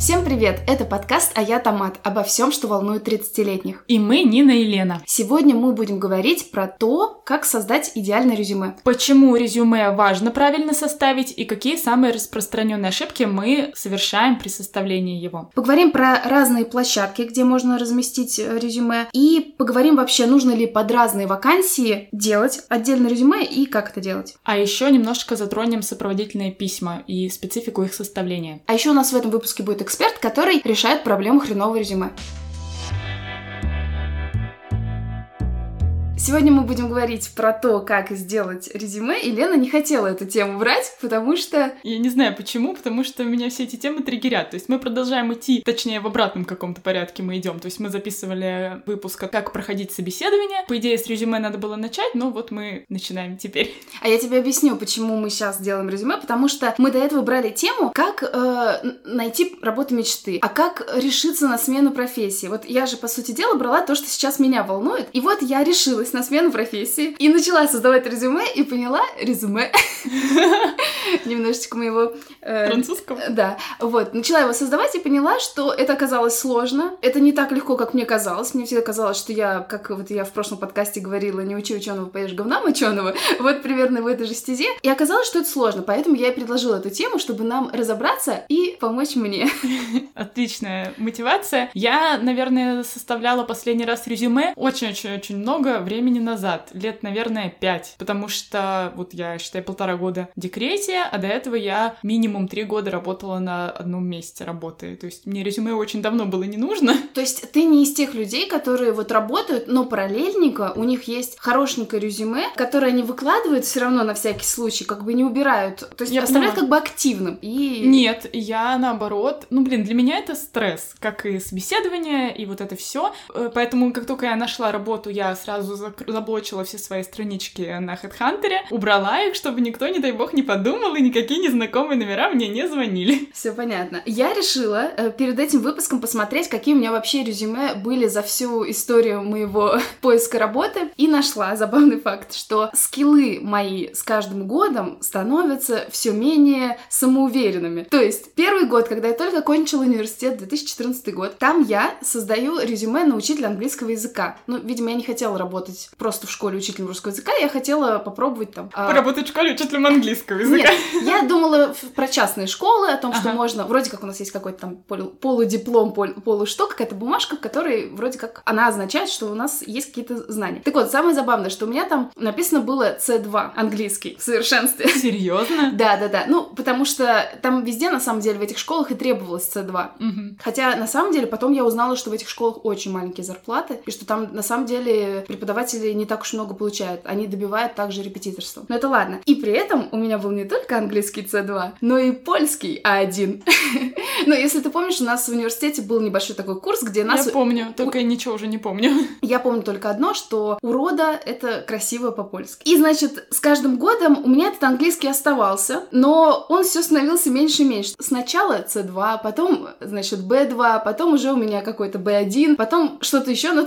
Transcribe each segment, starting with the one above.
Всем привет! Это подкаст «А я Томат» обо всем, что волнует 30-летних. И мы Нина и Лена. Сегодня мы будем говорить про то, как создать идеальное резюме. Почему резюме важно правильно составить и какие самые распространенные ошибки мы совершаем при составлении его. Поговорим про разные площадки, где можно разместить резюме, и поговорим вообще, нужно ли под разные вакансии делать отдельное резюме и как это делать. А еще немножко затронем сопроводительные письма и специфику их составления. А еще у нас в этом выпуске будет эксперт, который решает проблему хренового резюме. Сегодня мы будем говорить про то, как сделать резюме, и Лена не хотела эту тему брать, потому что... Я не знаю почему, потому что меня все эти темы триггерят. То есть мы продолжаем идти, точнее, в обратном каком-то порядке мы идем. То есть мы записывали выпуск «Как проходить собеседование». По идее, с резюме надо было начать, но вот мы начинаем теперь. А я тебе объясню, почему мы сейчас делаем резюме, потому что мы до этого брали тему, как найти работу мечты, а как решиться на смену профессии. Вот я же, по сути дела, брала то, что сейчас меня волнует, и вот я решилась на смену профессии и начала создавать резюме и поняла немножечко моего французского. Да, вот, начала его создавать и поняла, что это оказалось сложно, это не так легко, как мне казалось. Мне всегда казалось, что я, как вот я в прошлом подкасте говорила, не учи ученого, поешь говна моченого, вот примерно в этой же стезе. И оказалось, что это сложно, поэтому я и предложила эту тему, чтобы нам разобраться и помочь мне. Отличная мотивация. Я, наверное, составляла последний раз резюме очень-очень-очень много времени назад, лет, наверное, 5, потому что вот я, считай, 1,5 года в декрете, а до этого я минимум 3 года работала на одном месте работы, то есть мне резюме очень давно было не нужно. То есть ты не из тех людей, которые вот работают, но параллельненько у них есть хорошенькое резюме, которое они выкладывают все равно на всякий случай, как бы не убирают, то есть оставляют как бы активным. И... Нет, я наоборот, для меня это стресс, как и собеседование, и вот это все, поэтому как только я нашла работу, я сразу заблочила все свои странички на HeadHunter, убрала их, чтобы никто, не дай бог, не подумал, и никакие незнакомые номера мне не звонили. Все понятно. Я решила перед этим выпуском посмотреть, какие у меня вообще резюме были за всю историю моего поиска работы, и нашла забавный факт, что скиллы мои с каждым годом становятся все менее самоуверенными. То есть первый год, когда я только кончила университет, 2014 год, там я создаю резюме на учителя английского языка. Видимо, я не хотела работать просто в школе учителем русского языка, я хотела попробовать там... Поработать в школе учителем английского языка. Нет, я думала про частные школы, о том, что можно... Вроде как у нас есть какой-то там полудиплом, полушто, какая-то бумажка, в которой вроде как она означает, что у нас есть какие-то знания. Так вот, самое забавное, что у меня там написано было C2, английский, в совершенстве. Серьезно? Да. Потому что там везде, на самом деле, в этих школах и требовалось C2. Угу. Хотя, на самом деле, потом я узнала, что в этих школах очень маленькие зарплаты, и что там, на самом деле, преподаватели не так уж много получают. Они добивают также репетиторством. Но это ладно. И при этом у меня был не только английский C2, но и польский А1. Но если ты помнишь, у нас в университете был небольшой такой курс, где нас... Я помню, только я ничего уже не помню. Я помню только одно, что урода — это красиво по-польски. И, значит, с каждым годом у меня этот английский оставался, но он все становился меньше и меньше. Сначала C2, потом, значит, B2, потом уже у меня какой-то B1, потом что-то еще. То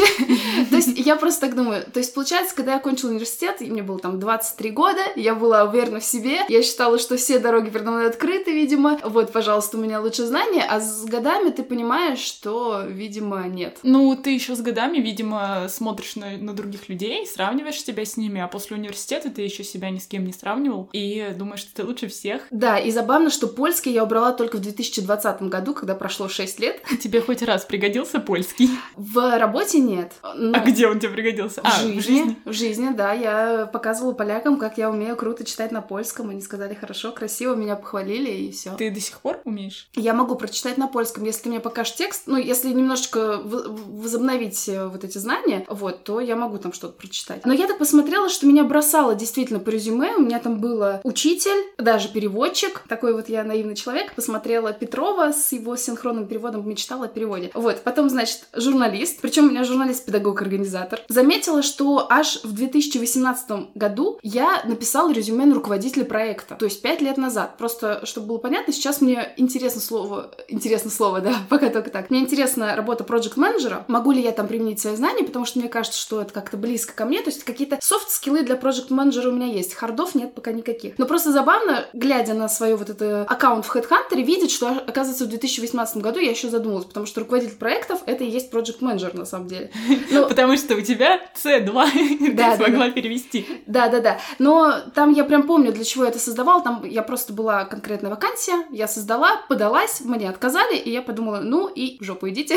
есть я просто так думаю. То есть, получается, когда я окончила университет, мне было там 23 года, я была уверена в себе, я считала, что все дороги передо мной открыты, видимо. Вот, пожалуйста, у меня лучше знания, а с годами ты понимаешь, что, видимо, нет. Ты еще с годами, видимо, смотришь на других людей, сравниваешь себя с ними, а после университета ты еще себя ни с кем не сравнивал и думаешь, что ты лучше всех. Да, и забавно, что польский я убрала только в 2020 году, когда прошло 6 лет. Тебе хоть раз пригодился польский? В работе нет. А где он тебе пригодился? В жизни, да. Я показывала полякам, как я умею круто читать на польском. Они сказали, хорошо, красиво, меня похвалили, и все. Ты до сих пор умеешь? Я могу прочитать на польском. Если ты мне покажешь текст, если немножечко возобновить вот эти знания, то я могу там что-то прочитать. Но я так посмотрела, что меня бросало действительно по резюме. У меня там было учитель, даже переводчик. Такой вот я наивный человек. Посмотрела Петрова с его синхронным переводом, мечтала о переводе. Потом, значит, журналист. Причем у меня журналист, педагог, организатор. Заметила, что аж в 2018 году я написала резюме на руководителя проекта, то есть 5 лет назад. Просто, чтобы было понятно, сейчас мне интересно слово, да, пока только так. Мне интересна работа проект-менеджера. Могу ли я там применить свои знания, потому что мне кажется, что это как-то близко ко мне, то есть какие-то софт-скиллы для проект-менеджера у меня есть, хардов нет пока никаких. Но просто забавно, глядя на свой вот этот аккаунт в HeadHunter, видеть, что, оказывается, в 2018 году я еще задумалась, потому что руководитель проектов — это и есть проект-менеджер на самом деле. Потому что у тебя C2, ты смогла перевести. Да. Но там я прям помню, для чего я это создавала. Там я просто была конкретная вакансия, я создала, подалась, мне отказали, и я подумала, ну и в жопу идите,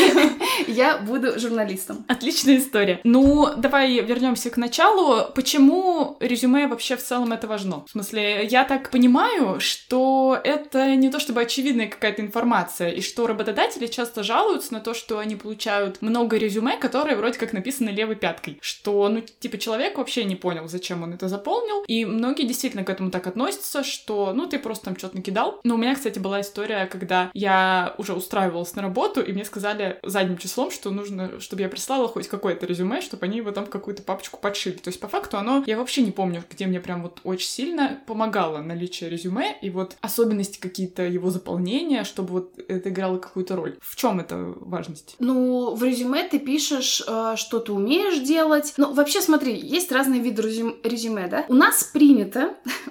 я буду журналистом. Отличная история. Ну, давай вернемся к началу. Почему резюме вообще в целом это важно? В смысле, я так понимаю, что это не то чтобы очевидная какая-то информация, и что работодатели часто жалуются на то, что они получают много резюме, которые вроде как написаны левой пяткой, что, ну, типа, человек вообще не понял, зачем он это заполнил, и многие действительно к этому так относятся, что, ну, ты просто там что-то накидал. Но у меня, кстати, была история, когда я уже устраивалась на работу, и мне сказали задним числом, что нужно, чтобы я прислала хоть какое-то резюме, чтобы они его там в какую-то папочку подшили. То есть, по факту, я вообще не помню, где мне прям вот очень сильно помогало наличие резюме, и вот особенности какие-то его заполнения, чтобы вот это играло какую-то роль. В чем это важность? Ну, в резюме ты пишешь, что ты умеешь делать. Ну, вообще, смотри, есть разные виды резюме, да? У нас принято,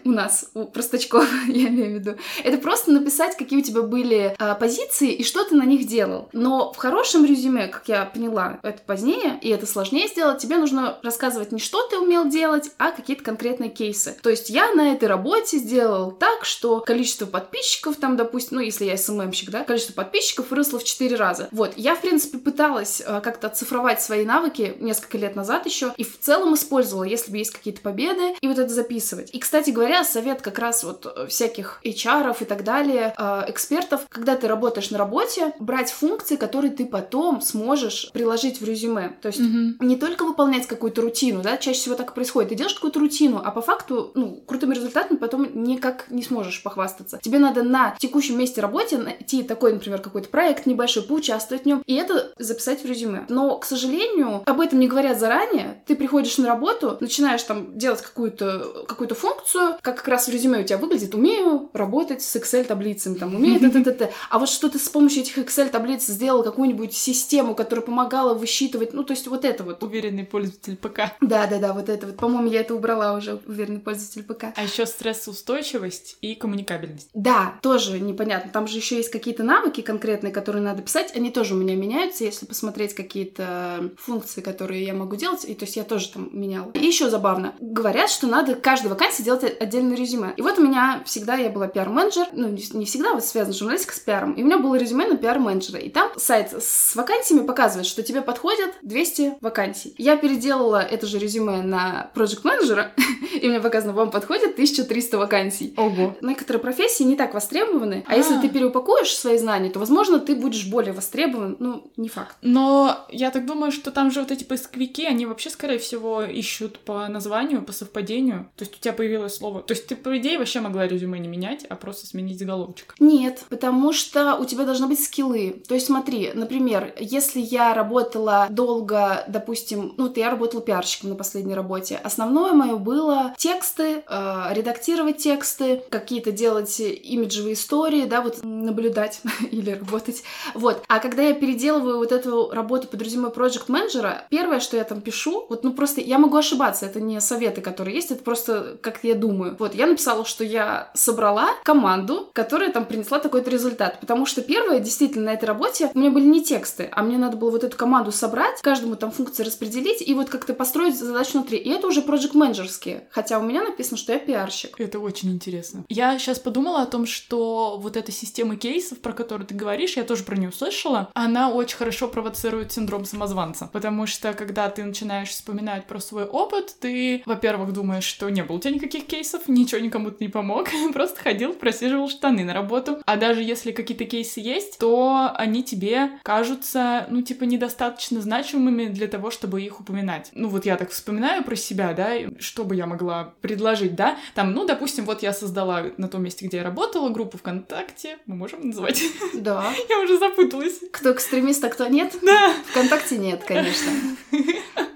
у простачков, я имею в виду, это просто написать, какие у тебя были позиции и что ты на них делал. Но в хорошем резюме, как я поняла, это позднее, и это сложнее сделать, тебе нужно рассказывать не что ты умел делать, а какие-то конкретные кейсы. То есть я на этой работе сделал так, что количество подписчиков там, допустим, ну, если я СММщик, да, количество подписчиков выросло в 4 раза. Вот, я, в принципе, пыталась как-то оцифровать свои навыки несколько лет назад еще, и в целом использовала, если бы есть какие-то победы, и вот это записывать. И, кстати говоря, совет как раз вот всяких HR-ов и так далее, экспертов, когда ты работаешь на работе, брать функции, которые ты потом сможешь приложить в резюме. То есть не только выполнять какую-то рутину, да, чаще всего так и происходит. Ты делаешь какую-то рутину, а по факту, ну, крутыми результатами потом никак не сможешь похвастаться. Тебе надо на текущем месте работы найти такой, например, какой-то проект небольшой, поучаствовать в нем, и это записать в резюме. Но, к сожалению, об этом не говорят заранее. Ты приходишь на работу, начинаешь там делать какую-то функцию, как раз в резюме у тебя выглядит: умею работать с Excel-таблицами, там, умею т-т-т-т. А вот что ты с помощью этих Excel-таблиц сделал какую-нибудь систему, которая помогала высчитывать, ну, то есть вот это вот. Уверенный пользователь ПК. Да, вот это вот. По-моему, я это убрала уже, уверенный пользователь ПК. А еще стрессоустойчивость и коммуникабельность. Да, тоже непонятно. Там же еще есть какие-то навыки конкретные, которые надо писать. Они тоже у меня меняются, если посмотреть какие-то функции, которые я могу делать. И то есть я тоже там меняла. И еще забавно. Говорят, что надо каждой вакансии делать отдельное резюме. И вот у меня всегда, я была пиар-менеджер. Ну, не всегда, вот связана журналистика с пиаром. И у меня было резюме на пиар-менеджера. И там сайт с вакансиями показывает, что тебе подходят 200 вакансий. Я переделала это же резюме на проект-менеджера, и мне показано, вам подходит 1300 вакансий. Ого. Некоторые профессии не так востребованы, а если ты переупакуешь свои знания, то, возможно, ты будешь более востребован. Ну, не факт. Но я так думаю, что там же вот эти поисковики, они вообще, скорее всего, ищут по названию, по совпадению. То есть у тебя появилось слово... То есть ты, по идее, вообще могла резюме не менять, а просто сменить заголовочек. Нет, потому что у тебя должны быть скиллы. То есть смотри, например, если я работала долго, допустим, я работала пиарщиком на последней работе, основное мое было тексты, редактировать тексты, какие-то делать имиджевые истории, да, вот наблюдать или работать. Вот. А когда я переделываю вот эту работу под резюме проект-менеджера, первое, что я там пишу, просто я могу ошибаться, это не советы, которые есть, это просто как я думаю. Вот, я написала, что я собрала команду, которая там принесла такой-то результат, потому что первое, действительно, на этой работе у меня были не тексты, а мне надо было вот эту команду собрать, каждому там функции распределить и вот как-то построить задачу внутри. И это уже проект-менеджерские, хотя у меня написано, что я пиарщик. Это очень интересно. Я сейчас подумала о том, что вот эта система кейсов, про которую ты говоришь, я тоже про нее слышала, она очень хорошо провоцирует синдром самозванца, потому что когда ты начинаешь вспоминать про свой опыт, ты, во-первых, думаешь, что не было у тебя никаких кейсов, ничего никому-то не помог, просто ходил, просиживал штаны на работу, а даже если какие-то кейсы есть, то они тебе кажутся, недостаточно значимыми для того, чтобы их упоминать. Вот я так вспоминаю про себя, да, что бы я могла предложить, да, там, допустим, вот я создала на том месте, где я работала, группу ВКонтакте, мы можем называть? Да. Я уже запуталась. Кто экстремист, а кто нет? Да. ВКонтакте нет, конечно.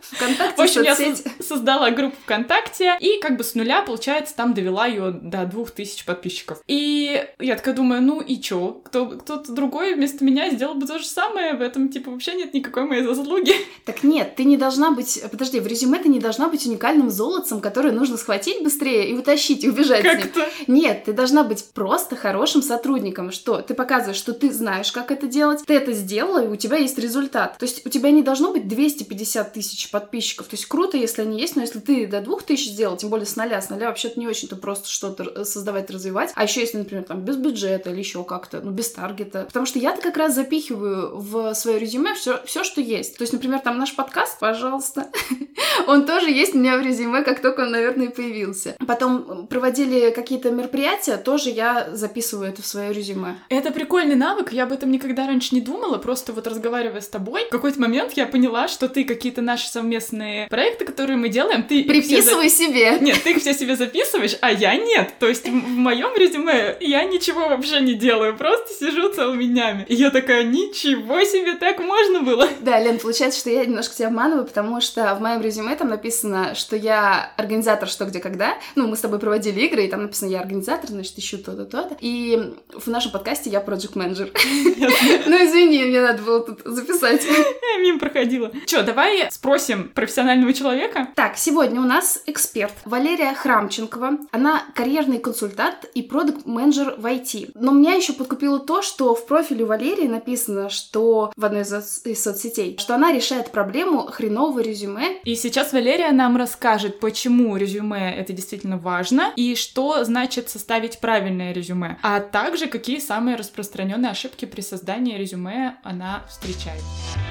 ВКонтакте, В общем, я соцсеть. создала группу ВКонтакте, и как бы с нуля, получается, там довела ее до 2000 подписчиков. И я такая думаю, ну и чё? Кто-то другой вместо меня сделал бы то же самое, в этом, типа, вообще нет никакой моей заслуги. Так нет, ты не должна быть... Подожди, в резюме ты не должна быть уникальным золотцем, который нужно схватить быстрее и утащить, и убежать с ним. Как-то. Нет, ты должна быть просто хорошим сотрудником, что ты показываешь, что ты знаешь, как это делать, ты это сделала, и у тебя есть результат. То есть у тебя не должно быть 250 тысяч подписчиков. То есть круто, если они есть, но если ты до 2000 сделал, тем более с ноля вообще-то не очень-то просто что-то создавать, развивать. А еще если, например, там без бюджета или еще как-то, ну, без таргета. Потому что я-то как раз запихиваю в свое резюме все, что есть. То есть, например, там наш подкаст, пожалуйста, он тоже есть у меня в резюме, как только он, наверное, и появился. Потом проводили какие-то мероприятия, тоже я записываю это в свое резюме. Это прикольный навык, я об этом никогда раньше не думала, просто вот разговаривая с тобой, в какой-то момент я поняла, что ты какие-то наши совместные проекты, которые мы делаем, ты приписывай себе. Нет, ты их все себе записываешь, а я нет. То есть в моем резюме я ничего вообще не делаю, просто сижу целыми днями. И я такая, ничего себе, так можно было? Да, Лен, получается, что я немножко тебя обманываю, потому что в моем резюме там написано, что я организатор «Что, где, когда». Ну, мы с тобой проводили игры, и там написано, я организатор, значит, ищу то-то, то-то. И в нашем подкасте я проект-менеджер. Ну, извини, мне надо было тут записать. Я мимо проходила. Чё, давай спросим профессионального человека? Так, сегодня у нас эксперт Валерия Храмченкова. Она карьерный консультант и продакт-менеджер в IT. Но меня еще подкупило то, что в профиле Валерии написано, что в одной из соцсетей, что она решает проблему хренового резюме. И сейчас Валерия нам расскажет, почему резюме это действительно важно и что значит составить правильное резюме, а также какие самые распространенные ошибки при создании резюме она встречает.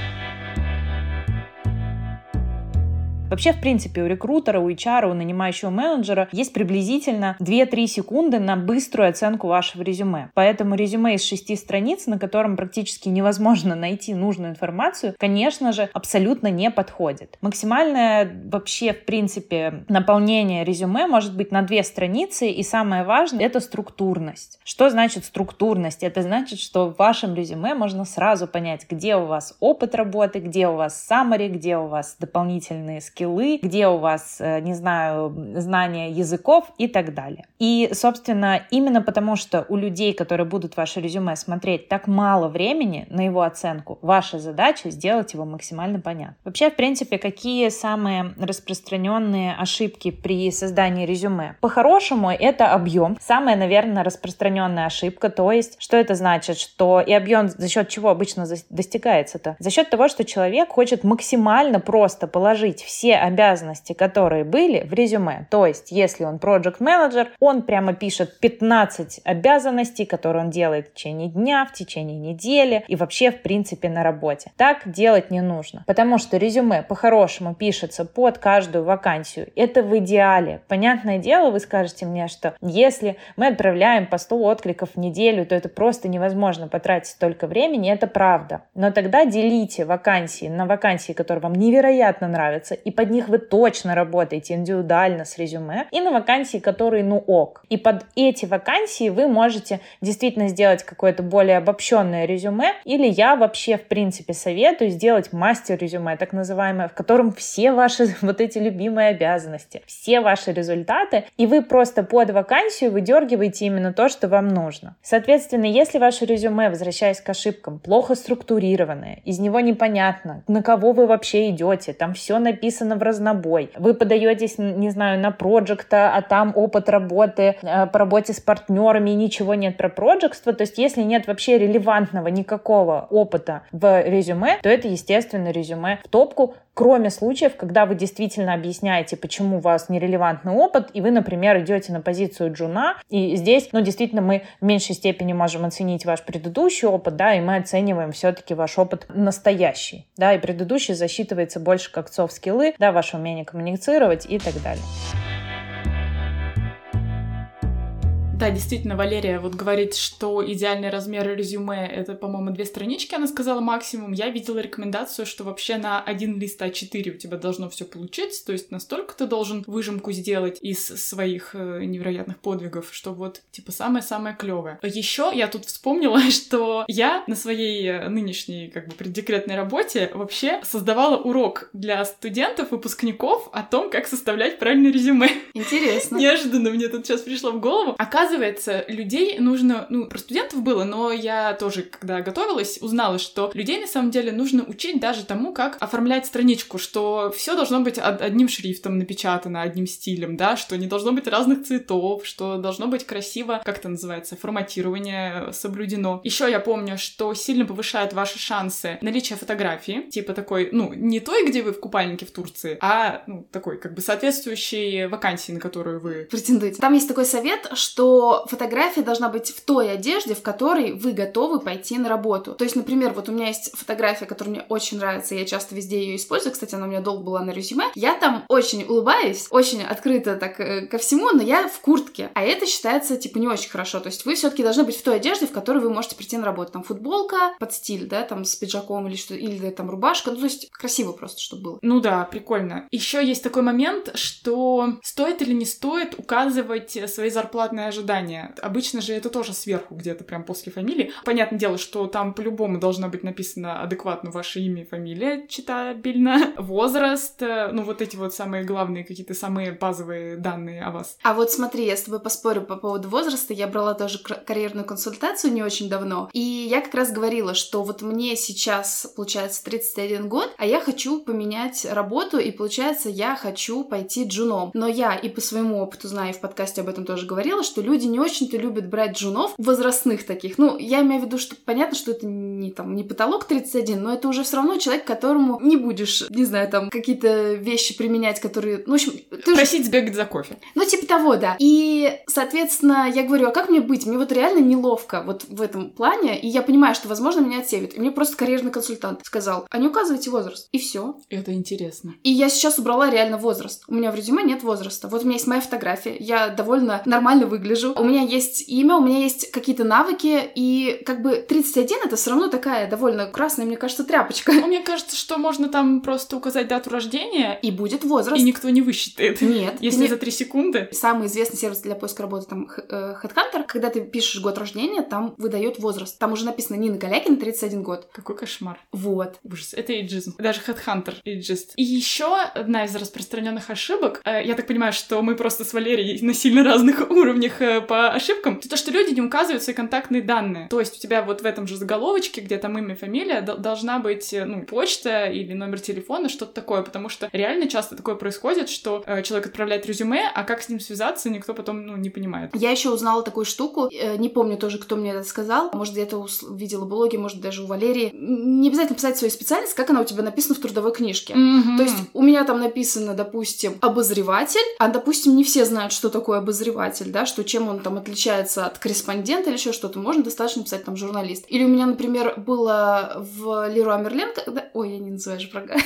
Вообще, в принципе, у рекрутера, у HR, у нанимающего менеджера есть приблизительно 2-3 секунды на быструю оценку вашего резюме. Поэтому резюме из 6 страниц, на котором практически невозможно найти нужную информацию, конечно же, абсолютно не подходит. Максимальное вообще, в принципе, наполнение резюме может быть на 2 страницы, и самое важное — это структурность. Что значит структурность? Это значит, что в вашем резюме можно сразу понять, где у вас опыт работы, где у вас summary, где у вас дополнительные скиллы, где у вас, не знаю, знания языков и так далее. И, собственно, именно потому, что у людей, которые будут ваше резюме смотреть, так мало времени на его оценку, ваша задача сделать его максимально понятным. Вообще, в принципе, какие самые распространенные ошибки при создании резюме? По-хорошему, это объем. Самая, наверное, распространенная ошибка, то есть, что это значит? Что и объем за счет чего обычно достигается-то? За счет того, что человек хочет максимально просто положить все обязанности, которые были в резюме. То есть, если он проект-менеджер, он прямо пишет 15 обязанностей, которые он делает в течение дня, в течение недели и вообще, в принципе, на работе. Так делать не нужно, потому что резюме по-хорошему пишется под каждую вакансию. Это в идеале. Понятное дело, вы скажете мне, что если мы отправляем по 100 откликов в неделю, то это просто невозможно потратить столько времени, это правда. Но тогда делите вакансии на вакансии, которые вам невероятно нравятся, и под них вы точно работаете индивидуально с резюме, и на вакансии, которые ок. И под эти вакансии вы можете действительно сделать какое-то более обобщенное резюме, или я вообще, в принципе, советую сделать мастер-резюме, так называемое, в котором все ваши вот эти любимые обязанности, все ваши результаты, и вы просто под вакансию выдергиваете именно то, что вам нужно. Соответственно, если ваше резюме, возвращаясь к ошибкам, плохо структурированное, из него непонятно, на кого вы вообще идете, там все написано в разнобой, вы подаетесь, не знаю, на проекта, а там опыт работы, по работе с партнерами, и ничего нет про проектство, то есть если нет вообще релевантного никакого опыта в резюме, то это, естественно, резюме в топку, кроме случаев, когда вы действительно объясняете, почему у вас нерелевантный опыт, и вы, например, идете на позицию джуна, и здесь, действительно, мы в меньшей степени можем оценить ваш предыдущий опыт, да, и мы оцениваем все-таки ваш опыт настоящий, да, и предыдущий засчитывается больше как софт-скиллы, да, ваше умение коммуницировать и так далее. Да, действительно, Валерия вот говорит, что идеальный размер резюме — это, по-моему, 2 странички, она сказала максимум. Я видела рекомендацию, что вообще на 1 лист А4 у тебя должно все получиться, то есть настолько ты должен выжимку сделать из своих невероятных подвигов, что вот, типа, самое-самое клевое. Еще я тут вспомнила, что я на своей нынешней, как бы, преддекретной работе вообще создавала урок для студентов, выпускников о том, как составлять правильное резюме. Интересно. Неожиданно мне тут сейчас пришло в голову. Оказывается, людей нужно... про студентов было, но я тоже, когда готовилась, узнала, что людей, на самом деле, нужно учить даже тому, как оформлять страничку, что все должно быть одним шрифтом напечатано, одним стилем, да, что не должно быть разных цветов, что должно быть красиво, как это называется, форматирование соблюдено. Еще я помню, что сильно повышает ваши шансы наличие фотографии, типа такой, не той, где вы в купальнике в Турции, а, такой, как бы, соответствующей вакансии, на которую вы претендуете. Там есть такой совет, что фотография должна быть в той одежде, в которой вы готовы пойти на работу. То есть, например, вот у меня есть фотография, которая мне очень нравится, я часто везде ее использую, кстати, она у меня долго была на резюме. Я там очень улыбаюсь, очень открыто так ко всему, но я в куртке, а это считается, типа, не очень хорошо. То есть вы все-таки должны быть в той одежде, в которой вы можете прийти на работу. Там футболка под стиль, да, там с пиджаком или что, или там рубашка, то есть красиво просто, чтобы было. Ну да, прикольно. Еще есть такой момент, что стоит или не стоит указывать свои зарплатные ожидания. Обычно же это тоже сверху, где-то прям после фамилии. Понятное дело, что там по-любому должно быть написано адекватно ваше имя и фамилия, читабельно, возраст, вот эти вот самые главные, какие-то самые базовые данные о вас. А вот смотри, я с тобой поспорю по поводу возраста, я брала тоже карьерную консультацию не очень давно, и я как раз говорила, что вот мне сейчас, получается, 31 год, а я хочу поменять работу, и, получается, я хочу пойти джуном. Но я и по своему опыту знаю, и в подкасте об этом тоже говорила, что люди не очень-то любят брать джунов возрастных таких. Я имею в виду, что понятно, что это не потолок 31, но это уже все равно человек, которому не будешь, не знаю, там, какие-то вещи применять, которые... в общем... Просить сбегать за кофе. Типа того, да. И, соответственно, я говорю, а как мне быть? Мне вот реально неловко вот в этом плане, и я понимаю, что, возможно, меня отсеют. И мне просто карьерный консультант сказал, а не указывайте возраст. И все. Это интересно. И я сейчас убрала реально возраст. У меня в резюме нет возраста. Вот у меня есть моя фотография, я довольно нормально выгляжу, у меня есть имя, у меня есть какие-то навыки, и как бы 31 это все равно такая довольно красная, мне кажется, тряпочка. Мне кажется, что можно там просто указать дату рождения, и будет возраст. И никто не высчитает. Нет. Если за 3 секунды. Самый известный сервис для поиска работы, там, HeadHunter, когда ты пишешь год рождения, там выдает возраст. Там уже написано Нина Галякина, 31 год. Какой кошмар. Вот. Ужас. Это эйджизм. Даже HeadHunter эйджист. И еще одна из распространенных ошибок, я так понимаю, что мы просто с Валерией на сильно разных уровнях по ошибкам, то, что люди не указывают свои контактные данные. То есть у тебя вот в этом же заголовочке, где там имя, фамилия, должна быть, почта или номер телефона, что-то такое, потому что реально часто такое происходит, что человек отправляет резюме, а как с ним связаться, никто потом, не понимает. Я еще узнала такую штуку, не помню тоже, кто мне это сказал, может, где-то видела в блоге, может, даже у Валерии. Не обязательно писать свою специальность, как она у тебя написана в трудовой книжке. Mm-hmm. То есть у меня там написано, допустим, обозреватель, а, допустим, не все знают, что такое обозреватель, да, что чем он там отличается от корреспондента или еще что-то. Можно достаточно писать там журналист. Или у меня, например, было в Леруа Мерлен, когда... Ой, я не называю же программу.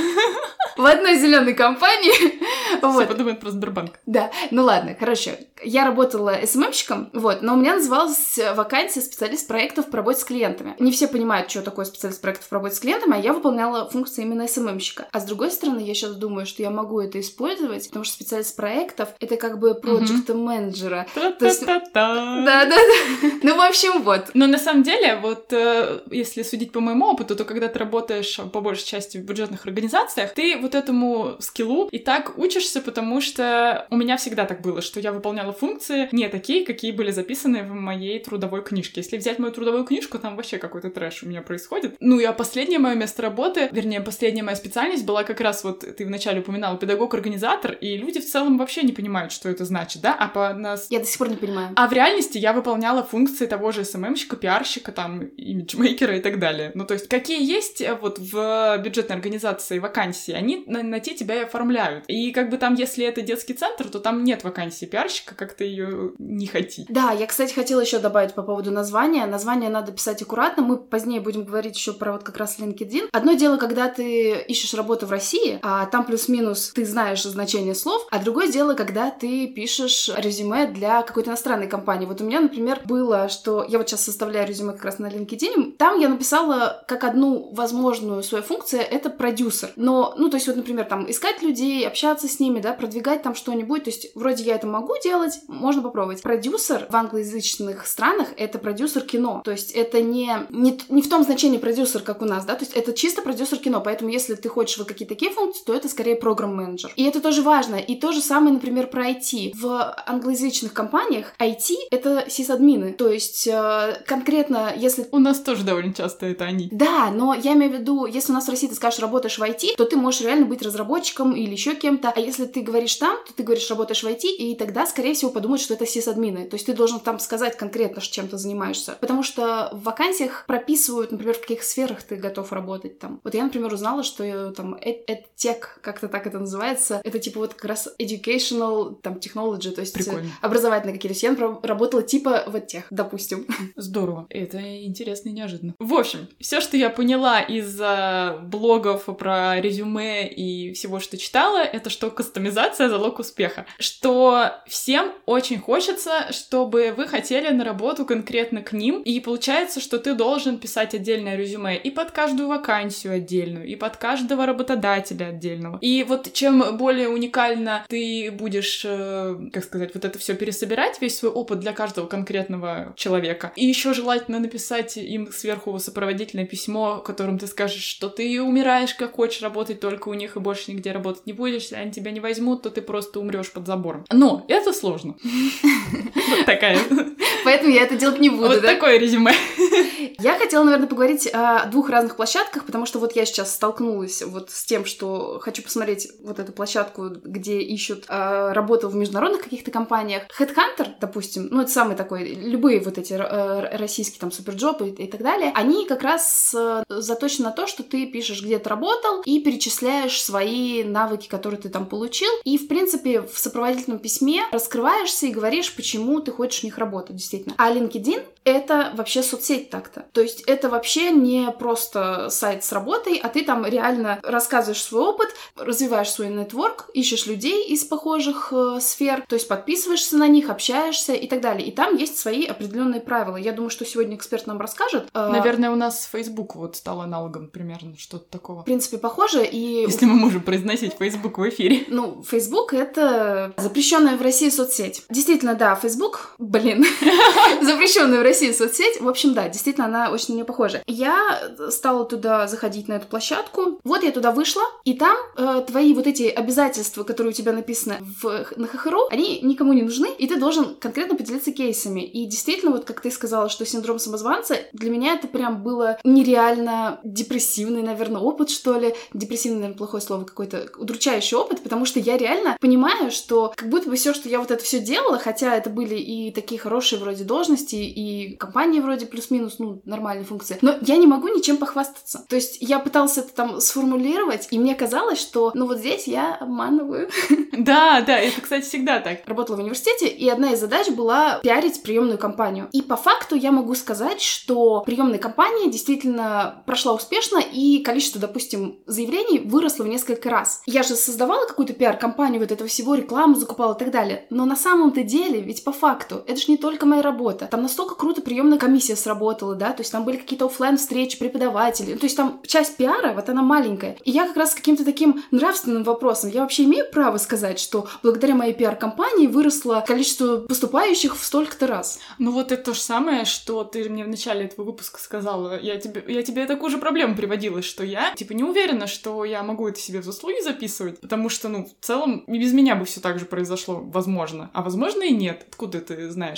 В одной зеленой компании. Все подумают про Сбербанк. Да, ладно, короче, я работала СММщиком, но у меня называлась вакансия специалист проектов по работе с клиентами. Не все понимают, что такое специалист проектов по работе с клиентами, а я выполняла функции именно СММщика. А с другой стороны, я сейчас думаю, что я могу это использовать, потому что специалист проектов — это как бы проект-менеджера. Да. В общем, вот. Но на самом деле, если судить по моему опыту, то когда ты работаешь по большей части в бюджетных организациях, ты вот этому скиллу и так учишься, потому что у меня всегда так было, что я выполняла функции не такие, какие были записаны в моей трудовой книжке. Если взять мою трудовую книжку, там вообще какой-то трэш у меня происходит. А последнее мое место работы, вернее, последняя моя специальность была как раз ты вначале упоминала педагог-организатор, и люди в целом вообще не понимают, что это значит, да? Я до сих пор не понимаю. А в реальности я выполняла функции того же СММщика, пиарщика, там, имиджмейкера и так далее. То есть, какие есть в бюджетной организации вакансии, они на те тебя и оформляют. И бы там, если это детский центр, то там нет вакансии пиарщика, как-то ее не хотите. Да, я, кстати, хотела еще добавить по поводу названия. Название надо писать аккуратно. Мы позднее будем говорить еще про вот как раз LinkedIn. Одно дело, когда ты ищешь работу в России, а там плюс-минус ты знаешь значение слов, а другое дело, когда ты пишешь резюме для какой-то иностранной компании. Вот у меня, например, было, что я вот сейчас составляю резюме как раз на LinkedIn, там я написала как одну возможную свою функцию — это продюсер. Но, то есть вот, например, там искать людей, общаться с ними, да, продвигать там что-нибудь, то есть вроде я это могу делать, можно попробовать. Продюсер в англоязычных странах — это продюсер кино, то есть это не в том значении продюсер, как у нас, да, то есть это чисто продюсер кино, поэтому если ты хочешь вот какие-то такие функции, то это скорее программ-менеджер. И это тоже важно. И то же самое, например, про IT. В англоязычных компаниях IT — это сисадмины, то есть конкретно, если... У нас тоже довольно часто это они. Да, но я имею в виду, если у нас в России ты скажешь, работаешь в IT, то ты можешь реально быть разработчиком или еще кем-то, а если ты говоришь там, то ты говоришь, работаешь в IT, и тогда, скорее всего, подумают, что это сисадмины. То есть ты должен там сказать конкретно, чем ты занимаешься. Потому что в вакансиях прописывают, например, в каких сферах ты готов работать там. Вот я, например, узнала, что там EdTech, как-то так это называется, это типа вот как раз educational, там, technology, то есть образовательные какие-то. То есть я работала типа в EdTech, допустим. Здорово. Это интересно и неожиданно. В общем, все, что я поняла из блогов про резюме и всего, что читала, это что кастомизация — залог успеха. Что всем очень хочется, чтобы вы хотели на работу конкретно к ним, и получается, что ты должен писать отдельное резюме и под каждую вакансию отдельную, и под каждого работодателя отдельного. И вот чем более уникально ты будешь, как сказать, вот это все пересобирать, весь свой опыт для каждого конкретного человека, и еще желательно написать им сверху сопроводительное письмо, в котором ты скажешь, что ты умираешь, как хочешь работать только у них и больше нигде работать не будешь, если они тебя не возьмут, то ты просто умрешь под забором. Но это сложно. Вот такая. Поэтому я это делать не буду, да? Вот такое резюме. Я хотела, наверное, поговорить о двух разных площадках, потому что вот я сейчас столкнулась вот с тем, что хочу посмотреть вот эту площадку, где ищут работу в международных каких-то компаниях. Headhunter, допустим, это самый такой, любые вот эти российские там суперджопы и так далее, они как раз заточены на то, что ты пишешь, где ты работал, и перечисляешь свои навыки, которые ты там получил, и, в принципе, в сопроводительном письме раскрываешься и говоришь, почему ты хочешь в них работать, действительно. А LinkedIn — это вообще соцсеть так-то. То есть это вообще не просто сайт с работой, а ты там реально рассказываешь свой опыт, развиваешь свой нетворк, ищешь людей из похожих сфер, то есть подписываешься на них, общаешься и так далее. И там есть свои определенные правила. Я думаю, что сегодня эксперт нам расскажет. Наверное, у нас Facebook вот стал аналогом примерно, что-то такого. В принципе, похоже. И... Если мы можем произносить Facebook в эфире. Facebook — это запрещенная в России соцсеть. Действительно, да, Facebook, запрещенная в России соцсеть. В общем, да, действительно, она очень на нее похожа. Я стала туда заходить, на эту площадку. Вот я туда вышла, и там твои вот эти обязательства, которые у тебя написаны на ХХРУ, они никому не нужны, и ты должен конкретно поделиться кейсами. И действительно, вот как ты сказала, что синдром самозванца, для меня это прям было нереально депрессивный, наверное, опыт, что ли. Депрессивный, наверное, плохое слово, какой-то удручающий опыт, потому что я реально понимаю, что как будто бы все, что я вот это все делала, хотя это были и такие хорошие вроде должности, и компании вроде плюс-минус, нормальные функции, но я не могу ничем похвастаться. То есть я пыталась это там сформулировать, и мне казалось, что, вот здесь я обманываю. Да, это, кстати, всегда так. Работала в университете, и одна из задач была пиарить приемную кампанию. И по факту я могу сказать, что приемная кампания действительно прошла успешно, и количество, допустим, заявлений выросло в несколько раз. Я же создавала какую-то пиар-кампанию вот этого всего, рекламу закупала и так далее. Но на самом-то деле, ведь по факту, это же не только моя работа. Там настолько круто приемная комиссия сработала, да, то есть там были какие-то офлайн встречи преподавателей. То есть там часть пиара, вот она маленькая. И я как раз с каким-то таким нравственным вопросом, я вообще имею право сказать, что благодаря моей пиар-компании выросло количество поступающих в столько-то раз. Вот это то же самое, что ты мне в начале этого выпуска сказала. Я тебе такую же проблему приводила, что я, не уверена, что я могу это себе в заслуги записывать, потому что, в целом, и без меня бы все так же произошло, возможно. А возможно и нет, откуда ты знаешь. Но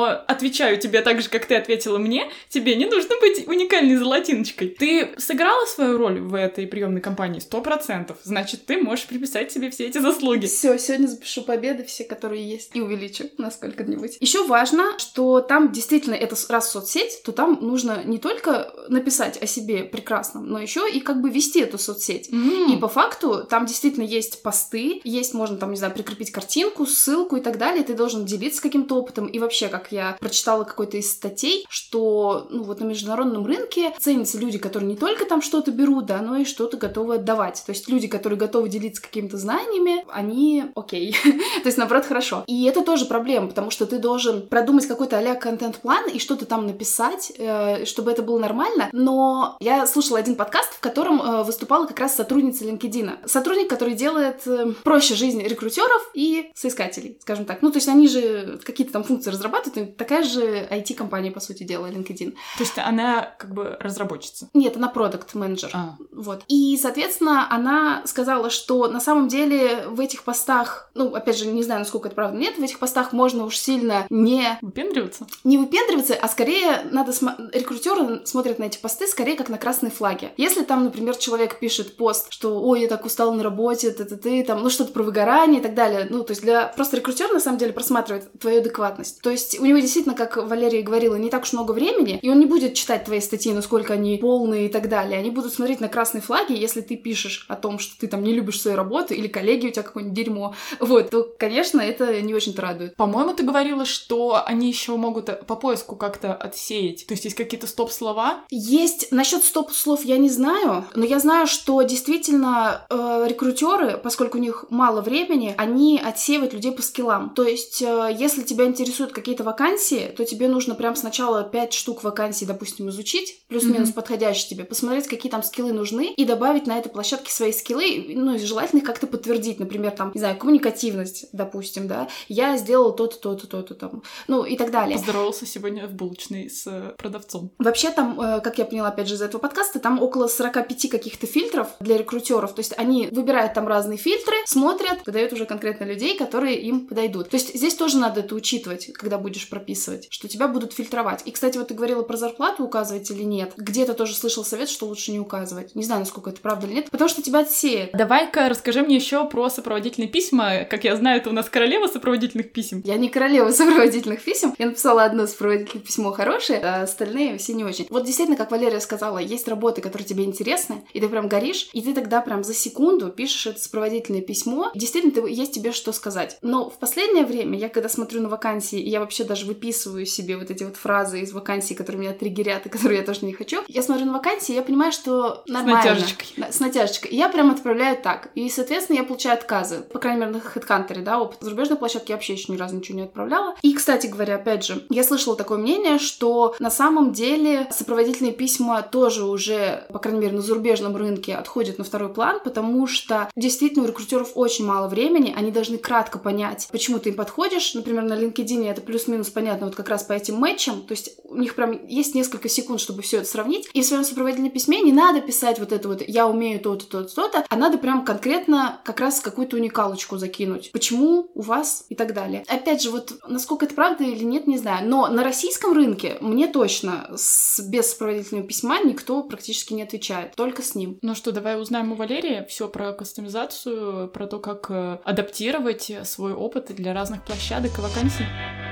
но отвечаю тебе так же, как ты ответила мне, тебе не нужно быть уникальной золотиночкой. Ты сыграла свою роль в этой приемной кампании 100%, значит, ты можешь приписать себе все эти заслуги. Все, сегодня запишу победы, все, которые есть, и увеличу на сколько-нибудь. Еще важно, что там действительно, это раз соцсеть, то там нужно не только написать о себе прекрасном, но еще и как бы вести эту соцсеть. И по факту там действительно есть посты, есть, можно там, не знаю, прикрепить картинку, ссылку и так далее, ты должен делиться каким-то опытом. И вообще, как я прочитала какой-то из статей, что, ну, вот на международном рынке ценятся люди, которые не только там что-то берут, да, но и что-то готовы отдавать. То есть люди, которые готовы делиться какими-то знаниями, они окей. То есть, наоборот, хорошо. И это тоже проблема, потому что ты должен продумать какой-то а-ля контент-план и что-то там написать, чтобы это было нормально. Но я слушала один подкаст, в котором выступала как раз сотрудница LinkedIn. Сотрудник, который делает проще жизнь рекрутеров и соискателей, скажем так. Ну, то есть они же какие-то там функции разрабатывают, такая же IT-компания, по сути дела, LinkedIn. То есть она как бы разработчица? Нет, она продакт-менеджер. Вот. И, соответственно, она сказала, что на самом деле в этих постах, ну, опять же, не знаю, насколько это правда, нет, в этих постах можно уж сильно не выпендриваться, а скорее надо рекрутеры смотрят на эти посты скорее как на красные флаги. Если там, например, человек пишет пост, что «Ой, я так устал на работе, ты там, ну, что-то про выгорание» и так далее, ну, то есть просто рекрутер, на самом деле, просматривает твою адекватность. То есть у него действительно, как Валерия говорила, не так уж много времени, и он не будет читать твои статьи, насколько они полные и так далее. Они будут смотреть на красные флаги, если ты пишешь о том, что ты там не любишь свою работу, или коллеги у тебя какое-нибудь дерьмо, вот, то, конечно, это не очень-то радует. По-моему, ты говорила, что они еще могут по поиску как-то отсеять. То есть есть какие-то стоп-слова? Есть. Насчет стоп-слов я не знаю, но я знаю, что действительно рекрутеры, поскольку у них мало времени, они отсеивают людей по скиллам. То есть, если тебя интересуют какие-то вакансии, то тебе нужно прям сначала 5 штук вакансий, допустим, изучить, плюс-минус подходящие тебе, посмотреть, какие там скиллы нужны, и добавить на этой площадке свои скиллы, ну, и желательно их как-то подтвердить. Например, там, не знаю, коммуникативность, допустим, да, я сделал то-то, то-то, то-то там, ну, и так далее. Поздоровался сегодня в булочной с продавцом. Вообще там, как я поняла, опять же, из этого подкаста, там около 45 каких-то фильтров для рекрутеров, то есть они выбирают там разные фильтры, смотрят, выдают уже конкретно людей, которые им подойдут. То есть здесь тоже надо это учитывать, когда будешь прописывать, что тебя будут фильтровать. И, кстати, вот ты говорила про зарплату, указывать или нет. Где-то тоже слышал совет, что лучше не указывать. Не знаю, насколько это правда или нет, потому что тебя отсеет. Давай-ка расскажи мне еще про сопроводительные письма. Как я знаю, ты у нас королева сопроводительных писем. Я не королева сопроводительных писем. Я написала одно сопроводительное письмо хорошее, а остальные все не очень. Вот действительно, как Валерия сказала, есть работы, которые тебе интересны, и ты прям горишь, и ты тогда прям за секунду пишешь это сопроводительное письмо. Действительно, есть тебе что сказать. Но в последнее время, я когда смотрю на вакансии, и я вообще даже выписываю себе вот эти вот фразы из вакансий, которые меня триггерят, и которые я тоже не хочу, я смотрю на вакансии, и я понимаю, что нормально. С натяжечкой. Да, с натяжечкой. И я прям отправляю так. И, соответственно, я получаю отказы. По крайней мере, на HeadHunter, да, опыт зарубежной площадки я вообще еще ни разу ничего не отправляла. И, кстати говоря, опять же, я слышала такое мнение, что на самом деле сопроводительные письма тоже уже, по крайней мере, на зарубежном рынке отходят на второй план, потому что действительно у рекрутеров очень мало времени, они должны кратко понять, почему ты им подходишь. Например, на LinkedIn это плюс-минус понятно вот как раз по этим матчам, то есть у них прям есть несколько секунд, чтобы все это сравнить. И в своем сопроводительном письме не надо писать вот это вот «я умею то-то, то-то, то-то», а надо прям конкретно как раз какую-то уникалочку закинуть. Почему у вас и так далее. Опять же, вот насколько это правда или нет, не знаю. Но на российском рынке мне точно без сопроводительного письма никто практически не отвечает. Только с ним. Ну что, давай узнаем у Валерии все про кастомизацию, про то, как адаптировать свой опыт для разных площадок и вакансий.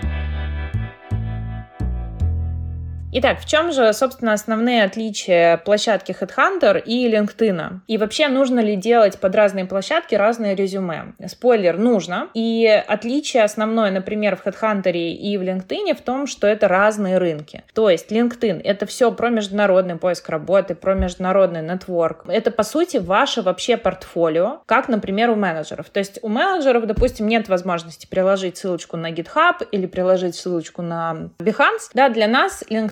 Итак, в чем же, собственно, основные отличия площадки HeadHunter и LinkedIn? И вообще, нужно ли делать под разные площадки разные резюме? Спойлер, нужно. И отличие основное, например, в HeadHunter и в LinkedIn в том, что это разные рынки. То есть LinkedIn — это все про международный поиск работы, про международный нетворк. Это, по сути, ваше вообще портфолио, как, например, у менеджеров. То есть у менеджеров, допустим, нет возможности приложить ссылочку на GitHub или приложить ссылочку на Behance. Да, для нас LinkedIn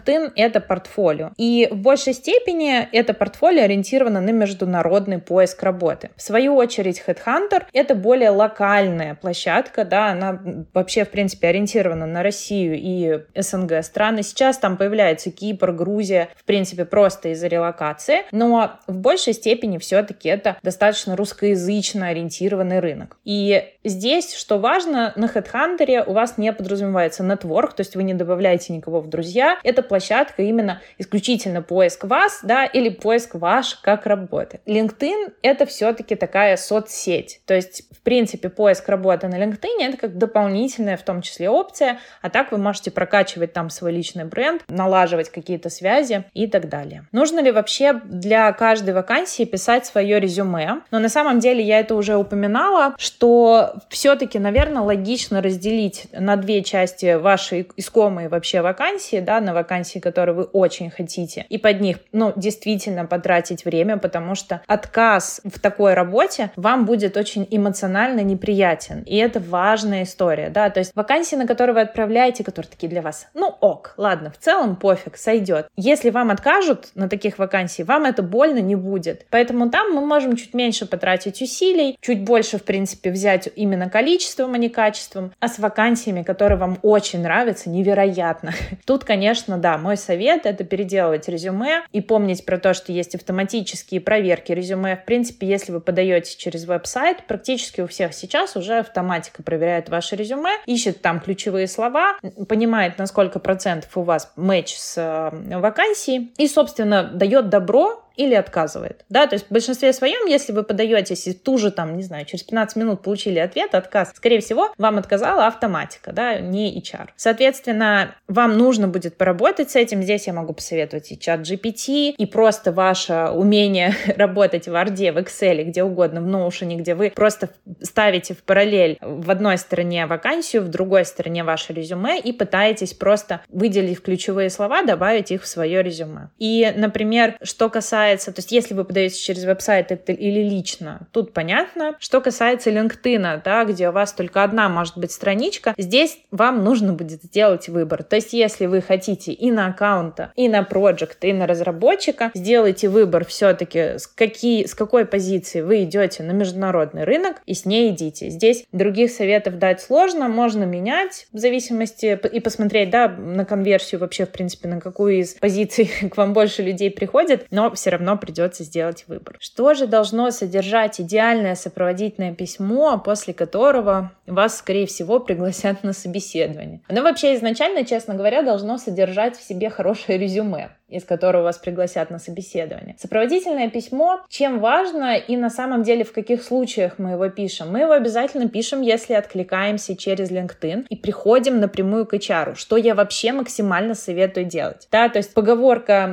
LinkedIn — это портфолио. И в большей степени это портфолио ориентировано на международный поиск работы. В свою очередь, HeadHunter — это более локальная площадка, да, она вообще, в принципе, ориентирована на Россию и СНГ страны. Сейчас там появляется Кипр, Грузия, в принципе, просто из-за релокации, но в большей степени все-таки это достаточно русскоязычно ориентированный рынок. И здесь, что важно, на HeadHunter у вас не подразумевается нетворк, то есть вы не добавляете никого в друзья. Это площадка именно исключительно поиск вас, да, или поиск ваш как работы. LinkedIn — это все-таки такая соцсеть. То есть, в принципе, поиск работы на LinkedIn — это как дополнительная в том числе опция, а так вы можете прокачивать там свой личный бренд, налаживать какие-то связи и так далее. Нужно ли вообще для каждой вакансии писать свое резюме? Но на самом деле я это уже упоминала, что все-таки, наверное, логично разделить на две части ваши искомые вообще вакансии, да, на вакансии, которые вы очень хотите, и под них, действительно потратить время, потому что отказ в такой работе вам будет очень эмоционально неприятен, и это важная история, да, то есть вакансии, на которые вы отправляете, которые такие для вас, ладно, в целом пофиг, сойдет. Если вам откажут на таких вакансиях, вам это больно не будет, поэтому там мы можем чуть меньше потратить усилий, чуть больше, в принципе, взять именно количеством, а не качеством, а с вакансиями, которые вам очень нравятся, невероятно. Тут, конечно, да, мой совет — это переделывать резюме и помнить про то, что есть автоматические проверки резюме. В принципе, если вы подаете через веб-сайт, практически у всех сейчас уже автоматика проверяет ваше резюме, ищет там ключевые слова, понимает, на сколько процентов у вас матч с вакансией и, собственно, дает добро или отказывает, да, то есть в большинстве своем, если вы подаетесь и ту же, через 15 минут получили ответ, отказ, скорее всего, вам отказала автоматика, да, не HR. Соответственно, вам нужно будет поработать с этим, здесь я могу посоветовать и чат GPT, и просто ваше умение работать в Word, в Excel, где угодно, в Notion, где вы просто ставите в параллель в одной стороне вакансию, в другой стороне ваше резюме и пытаетесь просто, выделив ключевые слова, добавить их в свое резюме. И, например, что касается, то есть если вы подаете через веб-сайт или лично, тут понятно. Что касается LinkedIn, да, где у вас только одна может быть страничка, здесь вам нужно будет сделать выбор. То есть если вы хотите и на аккаунта, и на проекта, и на разработчика, сделайте выбор все-таки, с какой позиции вы идете на международный рынок, и с ней идите. Здесь других советов дать сложно, можно менять в зависимости и посмотреть, да, на конверсию вообще, в принципе, на какую из позиций к вам больше людей приходит, но все равно придется сделать выбор. Что же должно содержать идеальное сопроводительное письмо, после которого вас, скорее всего, пригласят на собеседование? Оно вообще изначально, честно говоря, должно содержать в себе хорошее резюме, из которого вас пригласят на собеседование. Сопроводительное письмо, чем важно и на самом деле в каких случаях мы его пишем? Мы его обязательно пишем, если откликаемся через LinkedIn и приходим напрямую к HR, что я вообще максимально советую делать. Да, то есть поговорка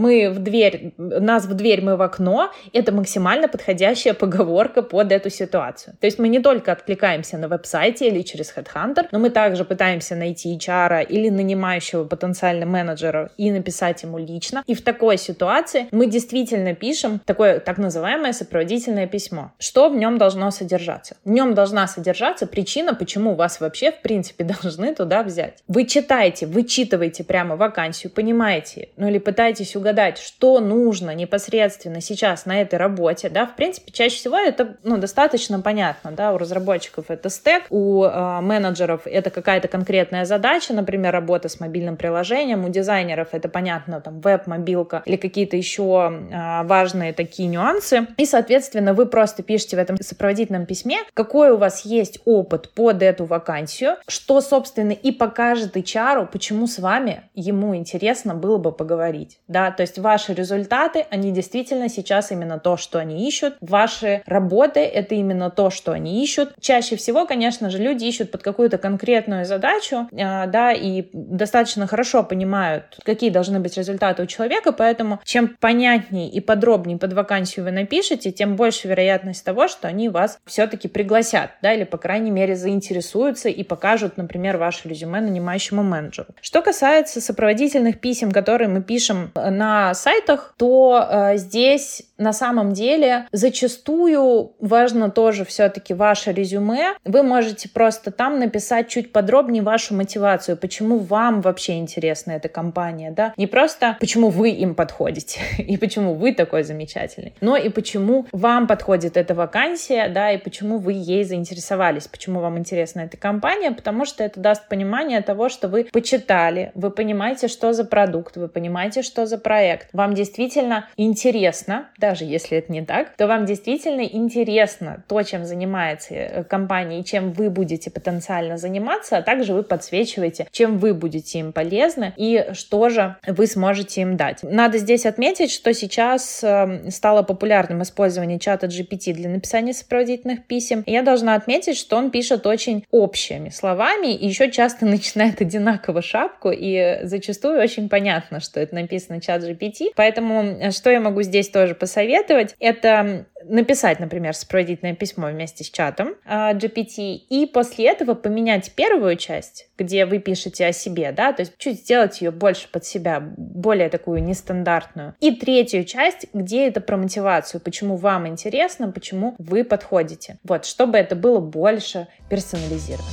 «нас в дверь, мы в окно» — это максимально подходящая поговорка под эту ситуацию. То есть мы не только откликаемся на веб-сайте или через HeadHunter, но мы также пытаемся найти HR или нанимающего потенциально менеджера и написать ему лично. И в такой ситуации мы действительно пишем такое так называемое сопроводительное письмо. Что в нем должно содержаться? В нем должна содержаться причина, почему вас вообще в принципе должны туда взять. Вы вычитываете прямо вакансию, понимаете, или пытаетесь угадать, что нужно непосредственно сейчас на этой работе, да, в принципе, чаще всего это, достаточно понятно, да, у разработчиков это стэк, у менеджеров это какая-то конкретная задача, например, работа с мобильным приложением, у дизайнеров это понятно, там, веб, мобилка или какие-то еще важные такие нюансы, и, соответственно, вы просто пишете в этом сопроводительном письме, какой у вас есть опыт под эту вакансию, что, собственно, и покажет HR, почему с вами ему интересно было бы поговорить, да, то есть ваши результаты, они действительно сейчас именно то, что они ищут. Ваши работы — это именно то, что они ищут. Чаще всего, конечно же, люди ищут под какую-то конкретную задачу, да, и достаточно хорошо понимают, какие должны быть результаты у человека, поэтому чем понятнее и подробнее под вакансию вы напишете, тем больше вероятность того, что они вас все-таки пригласят, да, или, по крайней мере, заинтересуются и покажут, например, ваше резюме нанимающему менеджеру. Что касается сопроводительных писем, которые мы пишем на сайтах, то здесь на самом деле зачастую важно тоже все-таки ваше резюме. Вы можете просто там написать чуть подробнее вашу мотивацию, почему вам вообще интересна эта компания, да? Не просто почему вы им подходите и почему вы такой замечательный, но и почему вам подходит эта вакансия, да, и почему вы ей заинтересовались, почему вам интересна эта компания, потому что это даст понимание того, что вы почитали, вы понимаете, что за продукт, вы понимаете, что за проект. Вам действительно интересно, даже если это не так, то вам действительно интересно то, чем занимается компания и чем вы будете потенциально заниматься, а также вы подсвечиваете, чем вы будете им полезны и что же вы сможете им дать. Надо здесь отметить, что сейчас стало популярным использование чата GPT для написания сопроводительных писем. И я должна отметить, что он пишет очень общими словами и еще часто начинает одинаково шапку, и зачастую очень понятно, что это написано чат GPT. Поэтому что я могу здесь тоже посоветовать, это написать, например, сопроводительное письмо вместе с чатом GPT, и после этого поменять первую часть, где вы пишете о себе, да, то есть чуть сделать ее больше под себя, более такую нестандартную, и третью часть, где это про мотивацию, почему вам интересно, почему вы подходите, вот, чтобы это было больше персонализировано.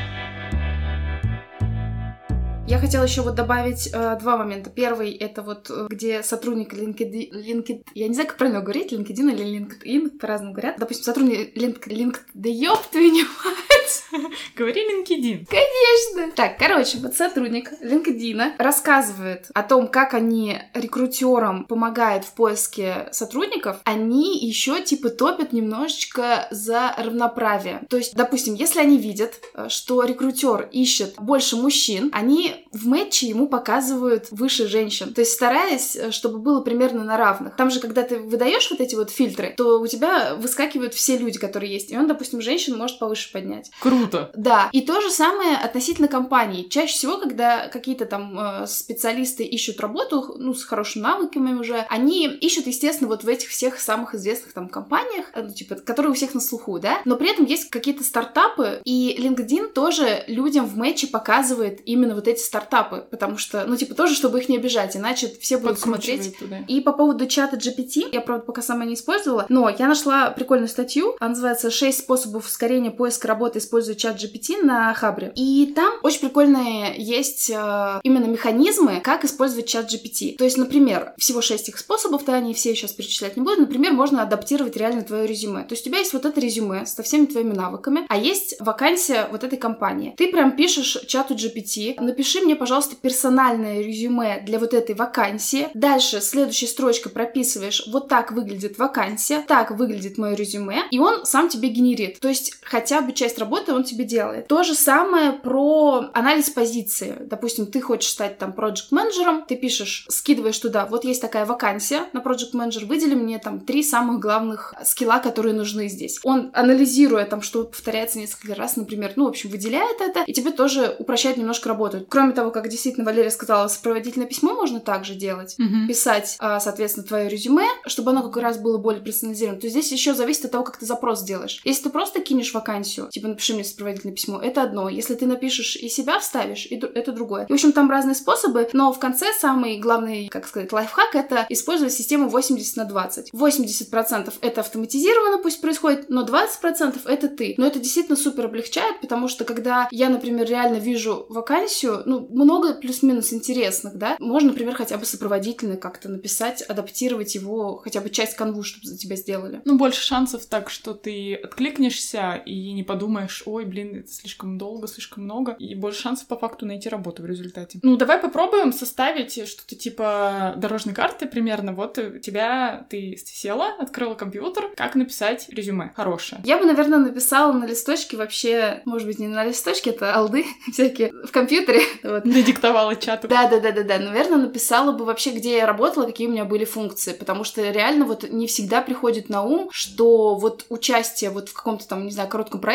Я хотела еще вот добавить два момента. Первый — это вот где сотрудник LinkedIn, я не знаю, как правильно говорить, LinkedIn или LinkedIn, по-разному говорят. Допустим, сотрудник LinkedIn, да ёб твою не мать! Говори LinkedIn. Конечно! Так, короче, вот сотрудник LinkedIn рассказывает о том, как они рекрутерам помогают в поиске сотрудников. Они еще типа топят немножечко за равноправие. То есть, допустим, если они видят, что рекрутер ищет больше мужчин, они в мэтче ему показывают выше женщин. То есть стараясь, чтобы было примерно на равных. Там же, когда ты выдаешь вот эти вот фильтры, то у тебя выскакивают все люди, которые есть. И он, допустим, женщин может повыше поднять. Круто. Да. И то же самое относительно компаний. Чаще всего, когда какие-то там специалисты ищут работу, ну, с хорошими навыками уже, они ищут, естественно, вот в этих всех самых известных там компаниях, ну, типа, которые у всех на слуху, да? Но при этом есть какие-то стартапы, и LinkedIn тоже людям в мэтче показывает именно вот эти стартапы, потому что, ну, типа, тоже, чтобы их не обижать, иначе все будут смотреть. Туда. И по поводу чата GPT, я, правда, пока сама не использовала, но я нашла прикольную статью, она называется «6 способов ускорения поиска работы, используя чат GPT» на Хабре. И там очень прикольные есть именно механизмы, как использовать чат GPT. То есть, например, всего 6 их способов, да, они все сейчас перечислять не буду, например, можно адаптировать реально твое резюме. То есть у тебя есть вот это резюме со всеми твоими навыками, а есть вакансия вот этой компании. Ты прям пишешь чату GPT, напиши мне, пожалуйста, персональное резюме для вот этой вакансии. Дальше следующей строчкой прописываешь: вот так выглядит вакансия, так выглядит мое резюме, и он сам тебе генерит. То есть хотя бы часть работы он тебе делает. То же самое про анализ позиции. Допустим, ты хочешь стать там проект-менеджером, ты пишешь, скидываешь туда: вот есть такая вакансия на проект-менеджер, выдели мне там 3 самых главных скилла, которые нужны здесь. Он, анализируя там, что повторяется несколько раз, например, ну, в общем, выделяет это, и тебе тоже упрощает немножко работу. Кроме того, как действительно Валерия сказала, сопроводительное письмо можно также делать, писать, соответственно, твое резюме, чтобы оно как раз было более персонализировано. То есть здесь еще зависит от того, как ты запрос делаешь. Если ты просто кинешь вакансию, типа напиши мне сопроводительное письмо, это одно. Если ты напишешь и себя вставишь, это другое. И, в общем, там разные способы, но в конце самый главный, как сказать, лайфхак — это использовать систему 80/20. 80% это автоматизировано, пусть происходит, но 20% это ты. Но это действительно супер облегчает, потому что когда я, например, реально вижу вакансию, ну, много плюс-минус интересных, да, можно, например, хотя бы сопроводительно как-то написать, адаптировать его, хотя бы часть канву, чтобы за тебя сделали. Ну, больше шансов так, что ты откликнешься и не подумаешь: ой, блин, это слишком долго, слишком много, и больше шансов по факту найти работу в результате. Ну, давай попробуем составить что-то типа дорожной карты примерно. Вот у тебя, ты села, открыла компьютер, как написать резюме хорошее. Я бы, наверное, написала на листочке вообще, может быть, не на листочке, это алды всякие в компьютере. Вот. Надиктовала чату. Да. Наверное, написала бы вообще, где я работала, какие у меня были функции, потому что реально вот не всегда приходит на ум, что вот участие вот в каком-то там, не знаю, коротком проекте, который,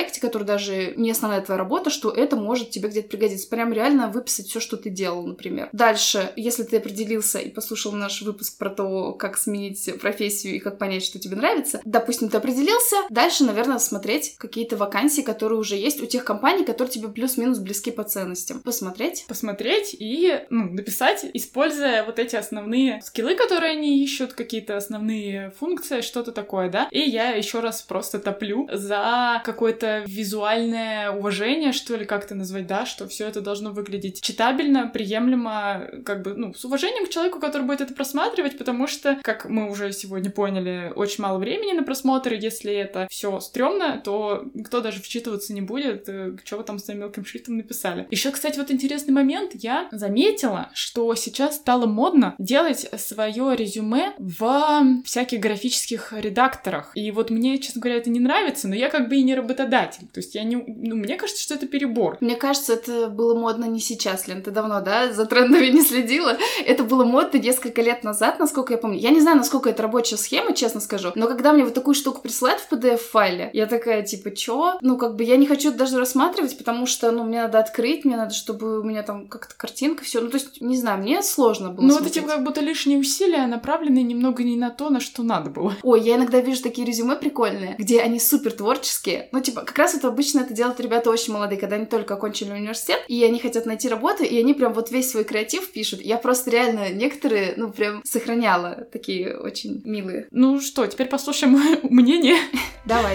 даже не основная твоя работа, что это может тебе где-то пригодиться. Прям реально выписать все, что ты делал, например. Дальше, если ты определился и послушал наш выпуск про то, как сменить профессию и как понять, что тебе нравится, допустим, ты определился, дальше, наверное, смотреть какие-то вакансии, которые уже есть у тех компаний, которые тебе плюс-минус близки по ценностям. Посмотреть и написать, используя вот эти основные скиллы, которые они ищут, какие-то основные функции, что-то такое, да. И я еще раз просто топлю за какое-то визуальное уважение, что ли, как это назвать, да, что все это должно выглядеть читабельно, приемлемо, как бы, с уважением к человеку, который будет это просматривать, потому что, как мы уже сегодня поняли, очень мало времени на просмотр, и если это все стрёмно, то никто даже вчитываться не будет, что вы там с мелким шрифтом написали. Еще, кстати, вот интересный момент, я заметила, что сейчас стало модно делать свое резюме в всяких графических редакторах. И вот мне, честно говоря, это не нравится, но я как бы и не работодатель. То есть мне кажется, что это перебор. Мне кажется, это было модно не сейчас, Лен, ты давно, да, за трендами не следила? Это было модно несколько лет назад, насколько я помню. Я не знаю, насколько это рабочая схема, честно скажу, но когда мне вот такую штуку присылают в PDF-файле, я такая, типа, чё? Я не хочу это даже рассматривать, потому что, мне надо открыть, мне надо, чтобы у меня там как-то картинка, все. То есть, не знаю, мне сложно было смотреть. Это как будто лишние усилия, направленные немного не на то, на что надо было. Ой, я иногда вижу такие резюме прикольные, где они супер творческие. Как раз вот обычно это делают ребята очень молодые, когда они только окончили университет, и они хотят найти работу, и они прям вот весь свой креатив пишут. Я просто реально некоторые, прям сохраняла такие очень милые. Ну что, теперь послушаем мнение. Давай.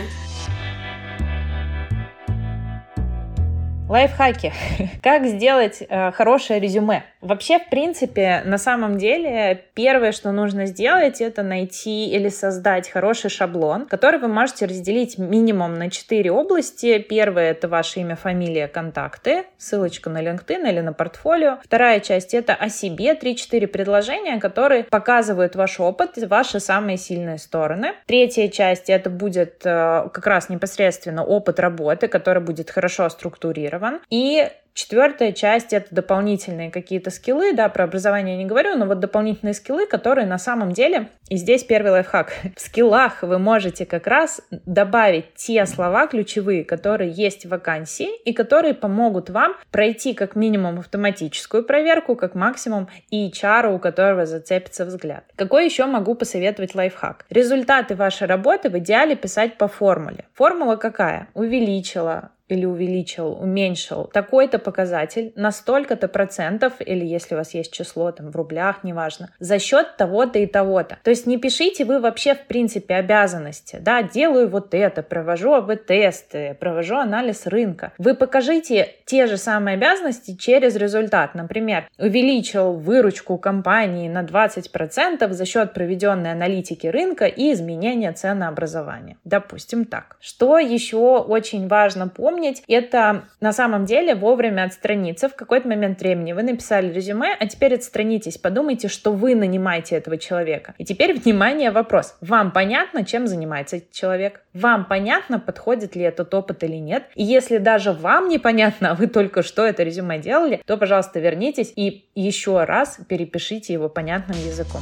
Лайфхаки. Как сделать хорошее резюме? Вообще, в принципе, на самом деле, первое, что нужно сделать, это найти или создать хороший шаблон, который вы можете разделить минимум на 4 области. Первое — это ваше имя, фамилия, контакты, ссылочка на LinkedIn или на портфолио. Вторая часть — это о себе, 3-4 предложения, которые показывают ваш опыт, ваши самые сильные стороны. Третья часть — это будет как раз непосредственно опыт работы, который будет хорошо структурирован. И четвертая часть — это дополнительные какие-то скиллы, да, про образование я не говорю, но вот дополнительные скиллы, которые на самом деле, и здесь первый лайфхак, в скиллах вы можете как раз добавить те слова ключевые, которые есть в вакансии и которые помогут вам пройти как минимум автоматическую проверку, как максимум и HR, у которого зацепится взгляд. Какой еще могу посоветовать лайфхак? Результаты вашей работы в идеале писать по формуле. Формула какая? Увеличила или увеличил, уменьшил такой-то показатель на столько-то процентов, или если у вас есть число там в рублях, неважно, за счет того-то и того-то. То есть не пишите вы вообще в принципе обязанности, да, делаю вот это, провожу АБ-тесты, провожу анализ рынка. Вы покажите те же самые обязанности через результат. Например, увеличил выручку компании на 20% за счет проведенной аналитики рынка и изменения ценообразования. Допустим так. Что еще очень важно помнить, это на самом деле вовремя отстраниться. В какой-то момент времени вы написали резюме, а теперь отстранитесь, подумайте, что вы нанимаете этого человека. И теперь, внимание, вопрос. Вам понятно, чем занимается этот человек? Вам понятно, подходит ли этот опыт или нет? И если даже вам непонятно, а вы только что это резюме делали, то, пожалуйста, вернитесь и еще раз перепишите его понятным языком.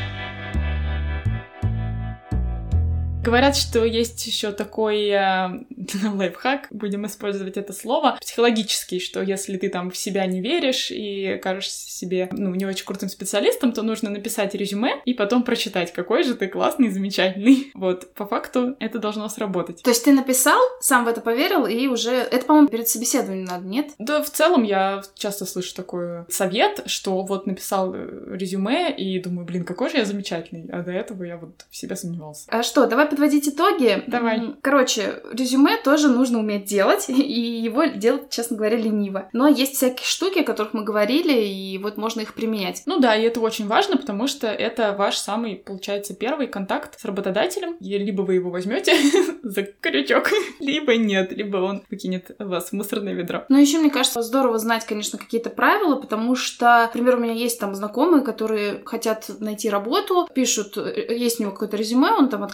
Говорят, что есть еще такой лайфхак, будем использовать это слово, психологический, что если ты там в себя не веришь и кажешься себе, не очень крутым специалистом, то нужно написать резюме и потом прочитать, какой же ты классный, замечательный. Вот, по факту это должно сработать. То есть ты написал, сам в это поверил, и уже... Это, по-моему, перед собеседованием надо, нет? Да, в целом я часто слышу такой совет, что вот написал резюме и думаю, какой же я замечательный, а до этого я вот в себя сомневался. А что, давай подводить итоги. Давай. Короче, резюме тоже нужно уметь делать, и его делать, честно говоря, лениво. Но есть всякие штуки, о которых мы говорили, и вот можно их применять. Да, и это очень важно, потому что это ваш самый, получается, первый контакт с работодателем. И либо вы его возьмете за крючок, либо нет, либо он выкинет вас в мусорное ведро. Но еще, мне кажется, здорово знать, конечно, какие-то правила, потому что, например, у меня есть там знакомые, которые хотят найти работу, пишут, есть у него какое-то резюме, он там откликается,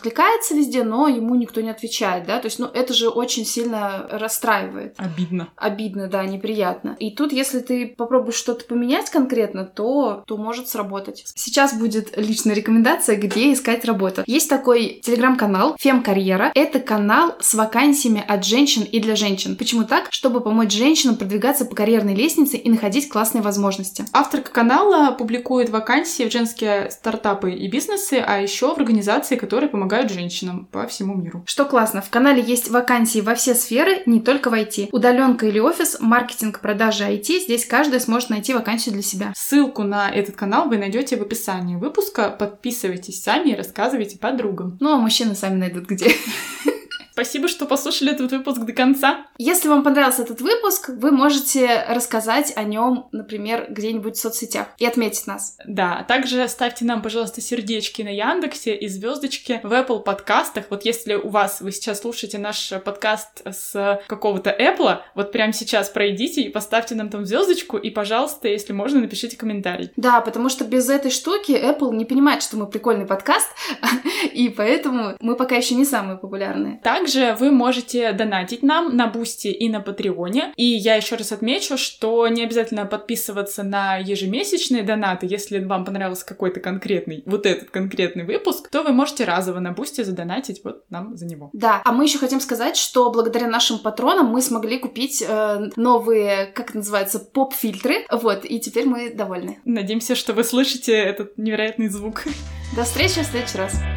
появляется везде, но ему никто не отвечает, да, то есть, это же очень сильно расстраивает. Обидно, да, неприятно. И тут, если ты попробуешь что-то поменять конкретно, то может сработать. Сейчас будет личная рекомендация, где искать работу. Есть такой телеграм-канал «Фемкарьера». Это канал с вакансиями от женщин и для женщин. Почему так? Чтобы помочь женщинам продвигаться по карьерной лестнице и находить классные возможности. Авторка канала публикует вакансии в женские стартапы и бизнесы, а еще в организации, которые помогают женщинам по всему миру. Что классно, в канале есть вакансии во все сферы, не только в IT. Удаленка или офис, маркетинг, продажи IT, здесь каждый сможет найти вакансию для себя. Ссылку на этот канал вы найдете в описании выпуска. Подписывайтесь сами и рассказывайте подругам. А мужчины сами найдут где. Спасибо, что послушали этот выпуск до конца. Если вам понравился этот выпуск, вы можете рассказать о нем, например, где-нибудь в соцсетях и отметить нас. Да, также ставьте нам, пожалуйста, сердечки на Яндексе и звездочки в Apple подкастах. Вот если вы сейчас слушаете наш подкаст с какого-то Apple, вот прямо сейчас пройдите и поставьте нам там звездочку, и, пожалуйста, если можно, напишите комментарий. Да, потому что без этой штуки Apple не понимает, что мы прикольный подкаст, и поэтому мы пока еще не самые популярные. Также вы можете донатить нам на Бусти и на Патреоне. И я еще раз отмечу, что не обязательно подписываться на ежемесячные донаты. Если вам понравился какой-то конкретный, этот конкретный выпуск, то вы можете разово на Бусти задонатить нам за него. Да, а мы еще хотим сказать, что благодаря нашим патронам мы смогли купить новые, как это называется, поп-фильтры. И теперь мы довольны. Надеемся, что вы слышите этот невероятный звук. До встречи в следующий раз.